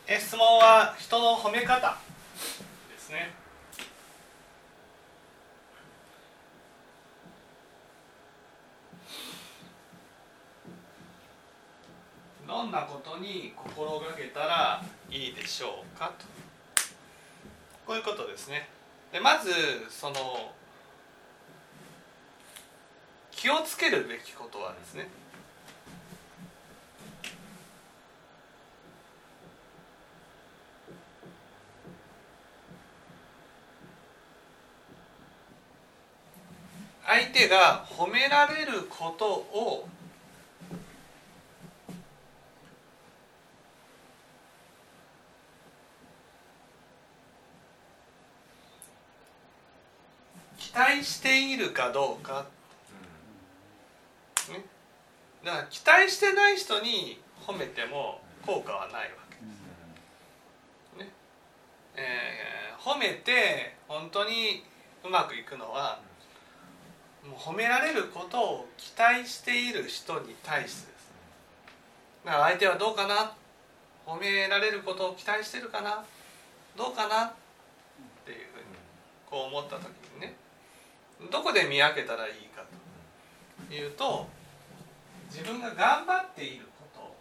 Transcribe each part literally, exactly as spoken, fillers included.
え質問は人の褒め方ですね。どんなことに心がけたらいいでしょうかと、こういうことですね。でまずその気をつけるべきことはですね、相手が褒められることを期待しているかどうか、ね、だから期待してない人に褒めても効果はないわけです、ねえー、褒めて本当にうまくいくのはもう褒められることを期待している人に対してです。だから相手はどうかな、褒められることを期待してるかな、どうかなっていうふうにこう思った時にね、どこで見分けたらいいかというと、自分が頑張っていること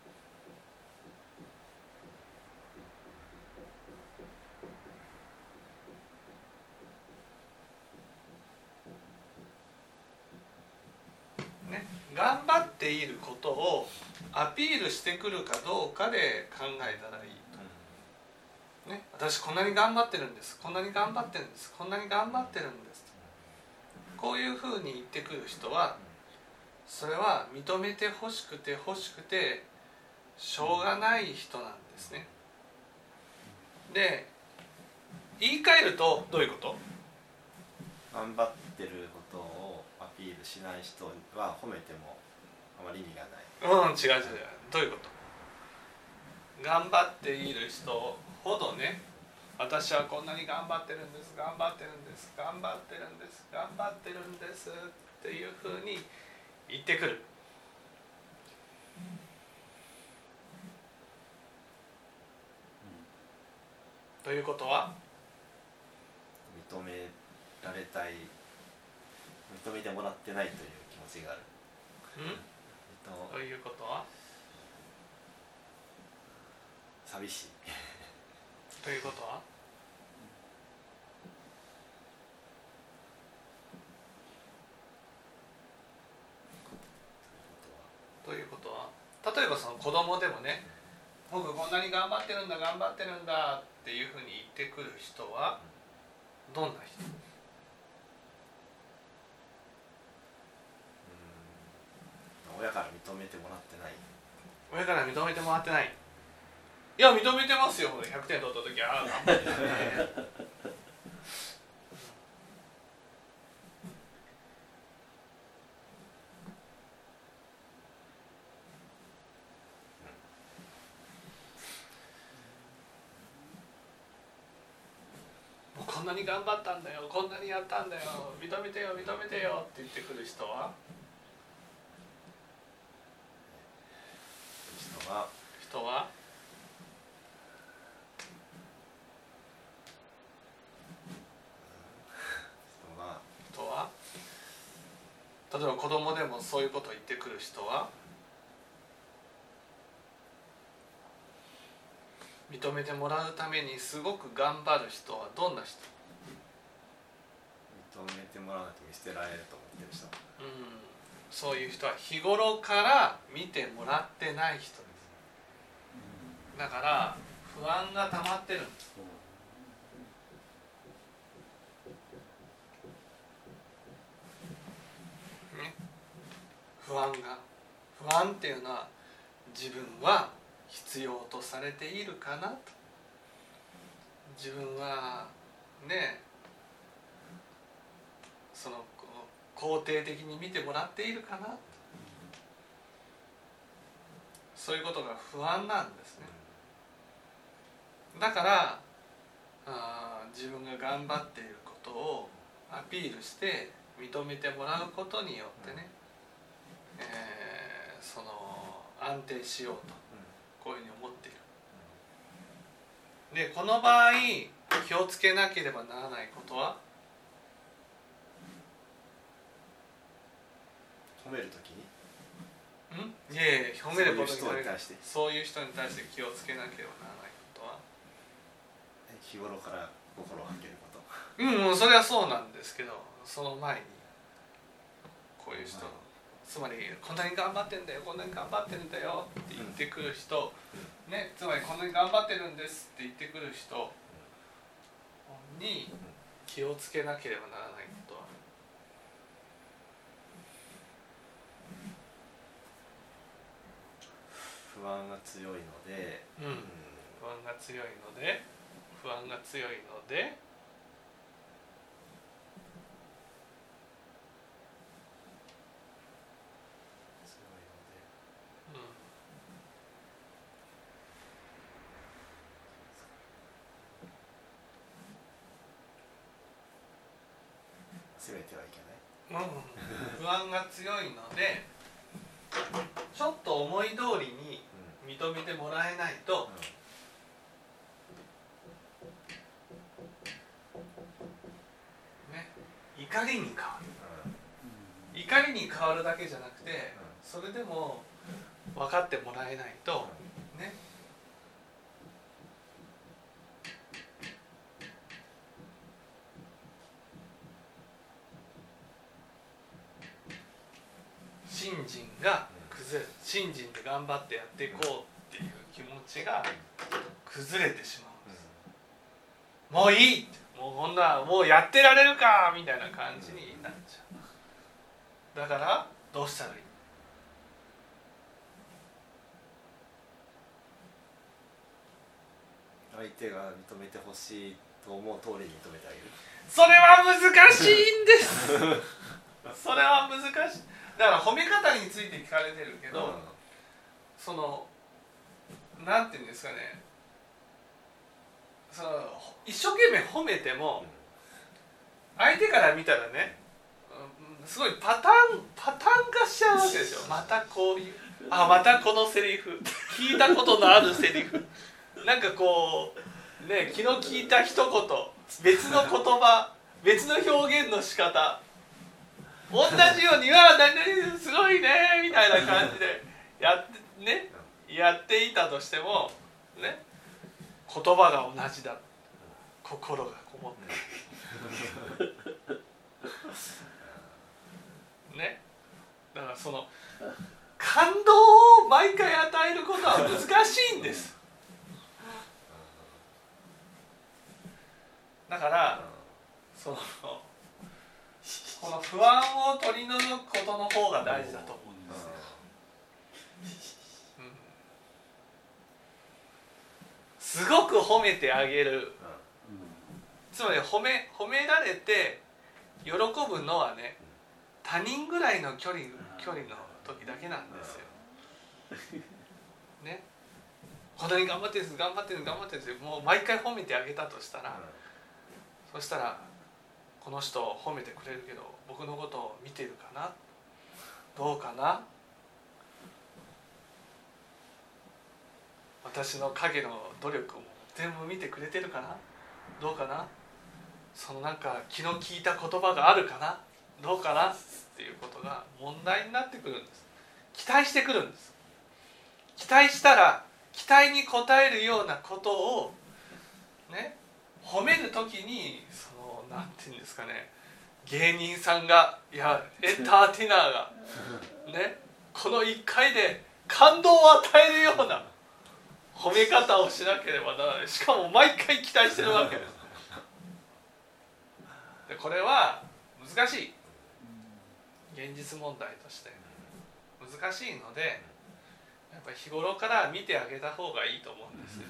ね、頑張っていることをアピールしてくるかどうかで考えたらいいと、ね、私こんなに頑張ってるんです、こんなに頑張ってるんです、こんなに頑張ってるんですと、こういうふうに言ってくる人はそれは認めて欲しくて欲しくてしょうがない人なんですね。で言い換えるとどういうこと？ 頑張ってることをアピールしない人は褒めてもあまり意味がない。 うん、違う違う違う。どういうこと？頑張っている人ほどね、私はこんなに頑張ってるんです、頑張ってるんです、頑張ってるんです、頑張ってるんですっていうふうに言ってくる。ということは認められたい、認めてもらってないという気持ちがある。 うん？ということは寂しいということはということは例えばその子供でもね、僕こんなに頑張ってるんだ頑張ってるんだっていうふうに言ってくる人はどんな人？ うん、親から認めてもらってない。 親から認めてもらってない。いや認めてますよ、ひゃくてん取った時は頑張ってるねこんなに頑張ったんだよ、こんなにやったんだよ、認めてよ認めてよって言ってくる人は人は人は人は人は例えば子供でもそういうことを言ってくる人は認めてもらうためにすごく頑張る人はどんな人？ 認めてもらわないと見捨てられると思ってる人。 うん、そういう人は日頃から見てもらってない人です。だから不安が溜まってるんです、ね、不安が不安っていうのは自分は必要とされているかなと、自分はねその肯定的に見てもらっているかなと、そういうことが不安なんですね。だからあ自分が頑張っていることをアピールして認めてもらうことによってね、えー、その安定しようとこういうふうに思っている。 でこの場合気をつけなければならないことは、 褒めるときにんいえいえ褒めることに対してそういう人に対して気をつけなければならないことは、 日頃から心をかけること。 うんもうそれはそうなんですけど、その前にこういう人、つまりこんなに頑張ってんだよこんなに頑張ってるんだよって言ってくる人、うんね、つまりこんなに頑張ってるんですって言ってくる人に気をつけなければならないことは、 不安が強いので、 うんうん、不安が強いので不安が強いので責めてはいけない、 うん、不安が強いのでちょっと思い通りに認めてもらえないと、ね、怒りに変わる、怒りに変わるだけじゃなくてそれでも分かってもらえないとね、信心が崩れる、信心で頑張ってやっていこうっていう気持ちが崩れてしまうんです、うん、もういいもうこんなもうやってられるかみたいな感じになっちゃう。だからどうしたらいい？ 相手が認めてほしいと思う通りに認めてあげる。 それは難しいんですそれは難しい。だから褒め方について聞かれてるけど、うん、そのなんていうんですかね、その一生懸命褒めても、うん、相手から見たらね、うん、すごいパターンパターン化しちゃうわけですよ。またこういうあまたこのセリフ聞いたことのあるセリフなんかこうね昨日聞いた一言別の言葉別の表現の仕方同じように「わあ何々すごいね」みたいな感じでやってねやっていたとしてもね言葉が同じだ、心がこもってるね、だからその感動を毎回与えることは難しいんです。だからそのこの不安を取り除くことの方が大事だと思うんですね、うん、すごく褒めてあげる、つまり褒め、褒められて喜ぶのはね他人ぐらいの距離、距離の時だけなんですよ、ね、こんなに頑張ってるんです頑張ってるんです頑張ってるんですよ、もう毎回褒めてあげたとしたら、そしたらこの人褒めてくれるけど僕のことを見てるかな、どうかな、私の影の努力も全部見てくれてるかな、どうかな、そのなんか気の利いた言葉があるかな、どうかなっていうことが問題になってくるんです。期待してくるんです。期待したら期待に応えるようなことをね褒めるときに、そのなんていうんですかね、芸人さんがいやエンターテイナーがねこのいっかいで感動を与えるような褒め方をしなければならない。しかも毎回期待してるわけです。でこれは難しい、現実問題として難しいので、やっぱり日頃から見てあげた方がいいと思うんですよ、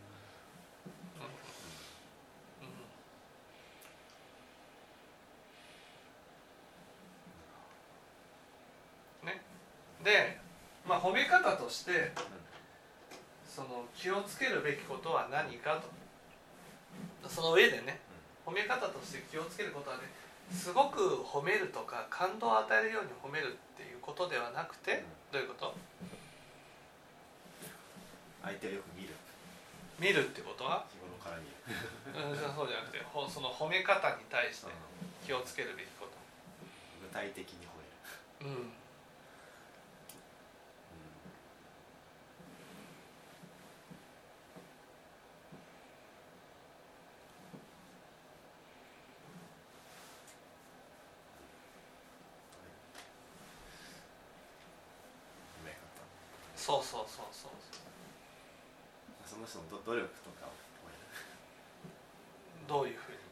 うんうんね、で、まあ、褒め方としてその気をつけるべきことは何かと、その上でね、褒め方として気をつけることはね、すごく褒めるとか感動を与えるように褒めるっていうことではなくて、どういうこと？ 相手をよく見る。 見るってことは？ 日頃から見るうん、そうじゃなくてほその褒め方に対して気をつけるべきこと、 具体的に褒める、 うん、そうそうそうそう、 その人の努力とかをどういうふうに、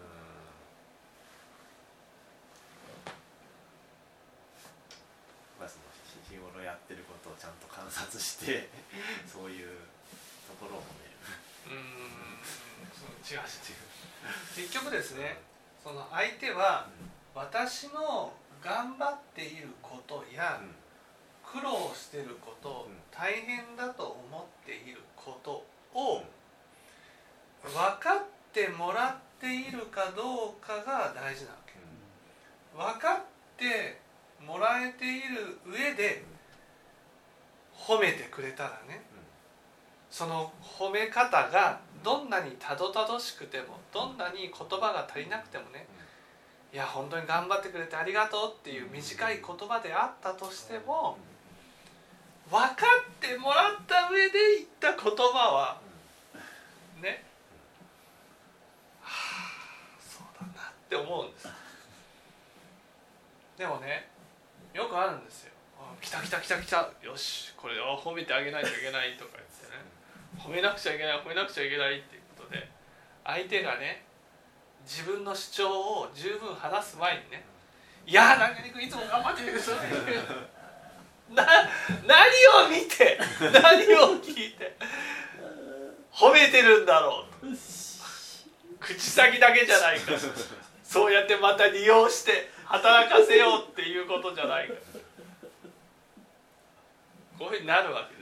まあ、その日頃やってることをちゃんと観察してそういうところを褒める。 うーん、違う違う結局ですね、その相手は私の頑張っていることや、うん苦労していること、うん、大変だと思っていることを分かってもらっているかどうかが大事なわけ、うん、分かってもらえている上で褒めてくれたらね、うん、その褒め方がどんなにたどたどしくてもどんなに言葉が足りなくてもね、うん、いや本当に頑張ってくれてありがとうっていう短い言葉であったとしても、分かってもらった上で言った言葉はね、はあそうだなって思うんです。でもね、よくあるんですよ。来た来た来た来た、よしこれを褒めてあげないといけないとか言ってね、褒めなくちゃいけない褒めなくちゃいけないっていうことで、相手がね自分の主張を十分話す前にね、いや何々君いつも頑張ってるんですよな何を見て何を聞いて褒めてるんだろうと、口先だけじゃないか、そうやってまた利用して働かせようっていうことじゃないか、こういうふうになるわけです。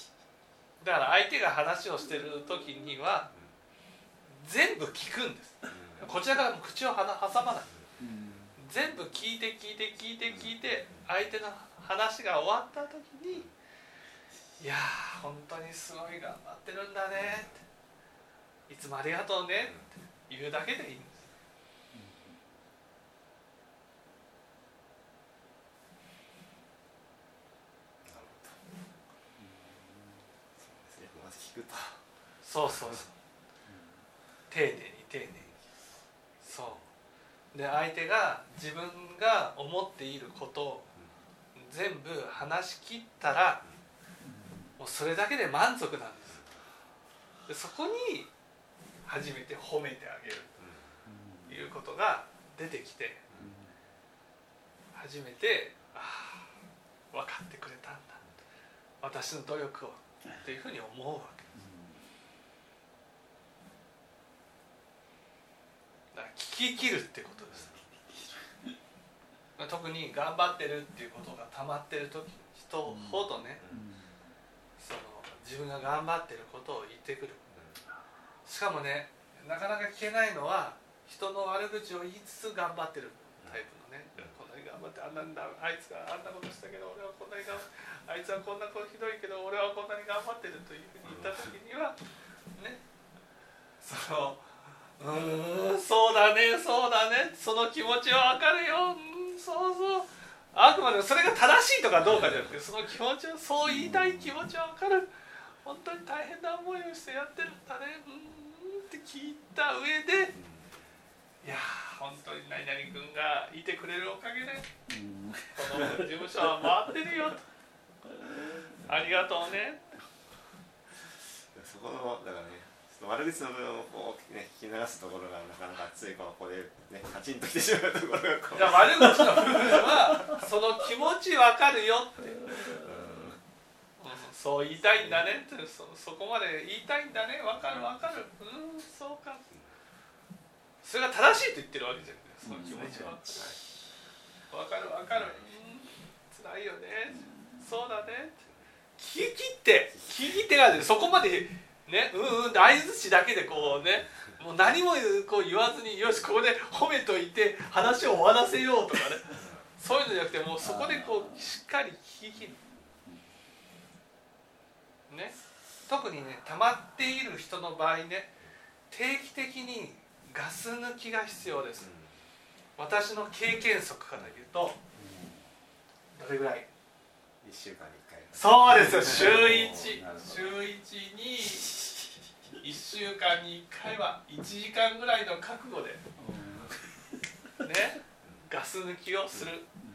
だから相手が話をしてる時には全部聞くんです。こちらからも口を挟まない、全部聞いて聞いて聞いて聞いて、相手の話が終わった時に、いやー本当にすごい頑張ってるんだねって、いつもありがとうねって言うだけでいいんです。 まず聞くと、 そうそうそう、丁寧に丁寧に、そうで相手が自分が思っていることを全部話し切ったら、もうそれだけで満足なんです。でそこに初めて褒めてあげるということが出てきて、初めてああ分かってくれたんだ、私の努力をというふうに思うわけです。だから聞き切るってことです。特に頑張ってるっていうことが溜まってる時人ほどね、その自分が頑張ってることを言ってくる。しかもね、なかなか聞けないのは人の悪口を言いつつ頑張ってるタイプのね、こんなに頑張ってあんなんだ、あいつがあんなことしたけど俺はこんなに頑張って、あいつはこんなことひどいけど俺はこんなに頑張ってるというふうに言った時にはね、そのうーんそうだねそうだね、その気持ちはわかるよ、うんそうそう、あくまでもそれが正しいとかどうかじゃなくて、その気持ちをそう言いたい気持ちはわかる、本当に大変な思いをしてやってるんだね、うんって聞いた上で、いや本当に何々君がいてくれるおかげでこの事務所は回ってるよとありがとうね。 そこのだからね、悪口の部分をこう、ね、聞き流すところがなかなか熱いから、ここで、ね、カチンときてしまうところがこう、 悪口の部分はその気持ちわかるよって、うんうん、そう言いたいんだねって、 そ, そこまで言いたいんだね、わかるわかる、うんそうか、それが正しいと言ってるわけじゃない、その気持ちはわかるわかる、うん辛いよね、そうだね、聞き切って聞き切ってからそこまでね、うんうんって相槌だけでこうね、もう何もこう言わずに、よしここで褒めといて話を終わらせようとかね、そういうのじゃなくて、もうそこでこうしっかり聞き切るね。特にね、溜まっている人の場合ね、 定期的にガス抜きが必要です、うん、私の経験則から言うと、うん、どれぐらい？ いっしゅうかんにいっかい。 そうですよ、週いち週いちにいっしゅうかんにいっかいはいちじかんぐらいの覚悟でね、ガス抜きをする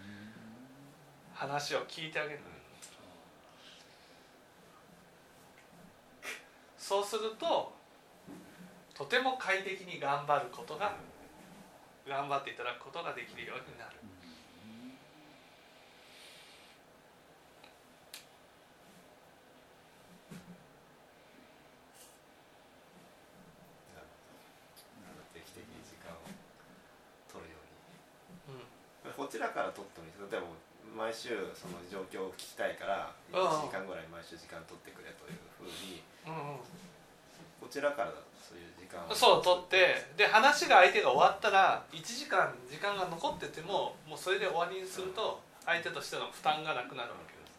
話を聞いてあげる。そうするととても快適に頑張ることが頑張っていただくことができるようになる。 定期的に時間を取るように、うん、こちらから取ってもいいですけど、でも毎週その状況を聞きたいからいちじかんぐらい毎週時間取ってくれというふうに、うんうん、こちらからそういう時間をそう取って、で話が相手が終わったらいちじかん時間が残っててももうそれで終わりにすると相手としての負担がなくなるわけです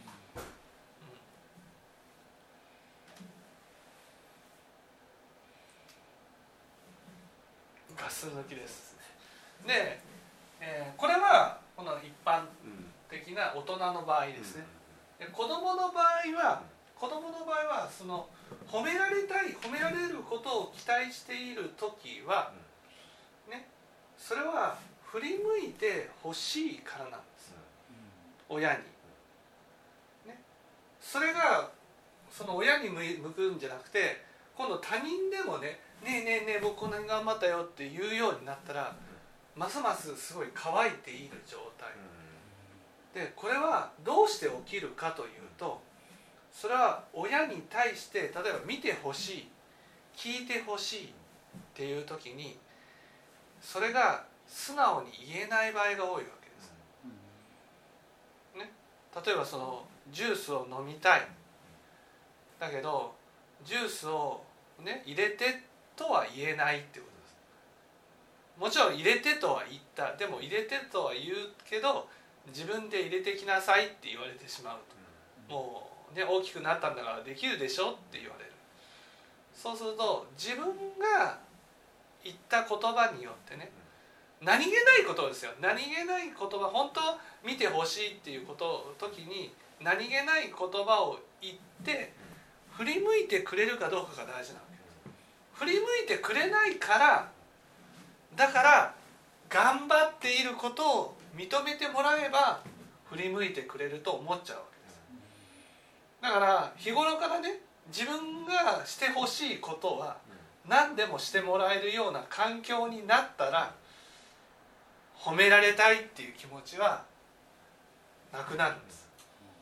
、うん、ガス抜きです。で、えー、これはこの一般的な大人の場合ですね。で子供の場合は子供の場合はその褒められたい褒められることを期待している時は、ね、それは振り向いてほしいからなんです、うん、親に、ね、それがその親に向くんじゃなくて今度他人でもねねえねえねえ僕こんなに頑張ったよって言うようになったらますますすごい乾いている状態で、これはどうして起きるかというと、それは親に対して例えば見てほしい聞いてほしいっていう時にそれが素直に言えない場合が多いわけです、ね、例えばそのジュースを飲みたいだけどジュースを、ね、入れてとは言えないっていうことです。もちろん入れてとは言った、でも入れてとは言うけど自分で入れてきなさいって言われてしまうと、もうね、大きくなったんだからできるでしょって言われる。そうすると自分が言った言葉によってね、何気ないことですよ、何気ない言葉、本当見てほしいっていうこと時に何気ない言葉を言って振り向いてくれるかどうかが大事なわけです。振り向いてくれないからだから頑張っていることを認めてもらえば振り向いてくれると思っちゃうわけです。だから日頃からね、自分がしてほしいことは何でもしてもらえるような環境になったら褒められたいっていう気持ちはなくなるんです。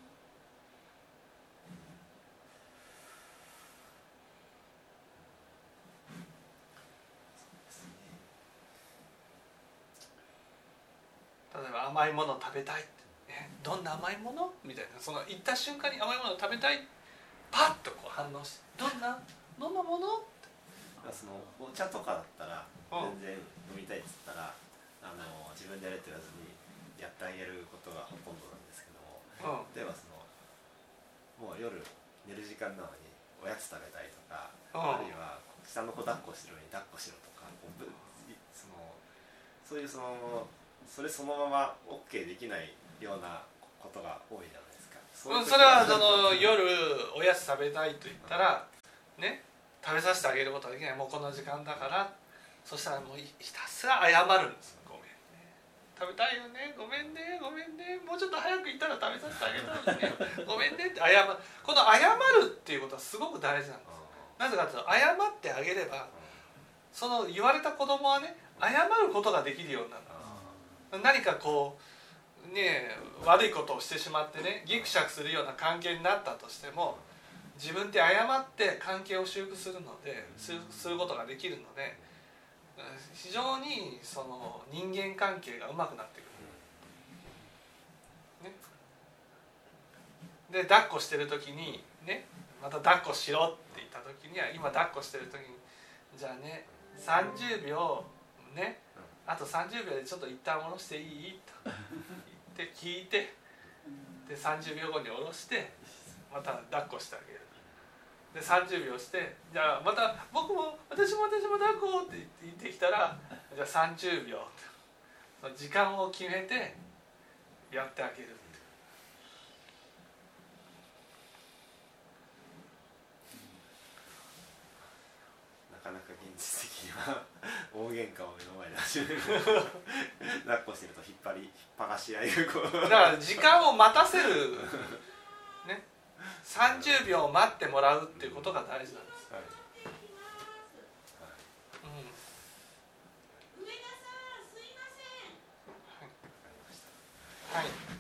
例えば甘いものを食べたいって、えどんな甘いものみたいな、その言った瞬間に甘いものを食べたい、パッとこう反応して、どんなどんなものって。 そのお茶とかだったら全然飲みたいっつったら、うん、あの自分でやれって言わずにやってあげることがほとんどなんですけども、うん、例えばそのもう夜寝る時間なのにおやつ食べたいとか、うん、あるいは下の子抱っこしてるのに抱っこしろとか、そのそういうそのそれそのまま OK できないようなことが多いじゃないですか。そ, それはその夜おやつ食べたいと言ったらね、食べさせてあげることはできない、もうこの時間だから。そしたらもうひたすら謝るんです。ごめんね、食べたいよね、ごめんねごめんね、もうちょっと早く行ったら食べさせてあげたのにねごめんねって謝る。この謝るっていうことはすごく大事なんです。なぜかというと謝ってあげればその言われた子供はね、謝ることができるようになる。何かこうね悪いことをしてしまってね、ギクシャクするような関係になったとしても、自分で謝って関係を修復するのでする、することができるので、非常にその人間関係がうまくなってくる、ね、で抱っこしてる時にね、また抱っこしろって言った時には、今抱っこしてる時にじゃあねさんじゅうびょうね、あとさんじゅうびょうでちょっと一旦下ろしていいと言って聞いて、でさんじゅうびょうごに下ろしてまた抱っこしてあげる。 でさんじゅうびょうしてじゃあまた僕も私も私も抱っこって言ってきたらじゃあさんじゅうびょうその時間を決めてやってあげる。 なかなか現実的には大喧嘩を目の前で始める抱っこしてると引っ張り引っ張がし合いがこうだから時間を待たせるねさんじゅうびょう待ってもらうっていうことが大事なんです、 はいうん、はい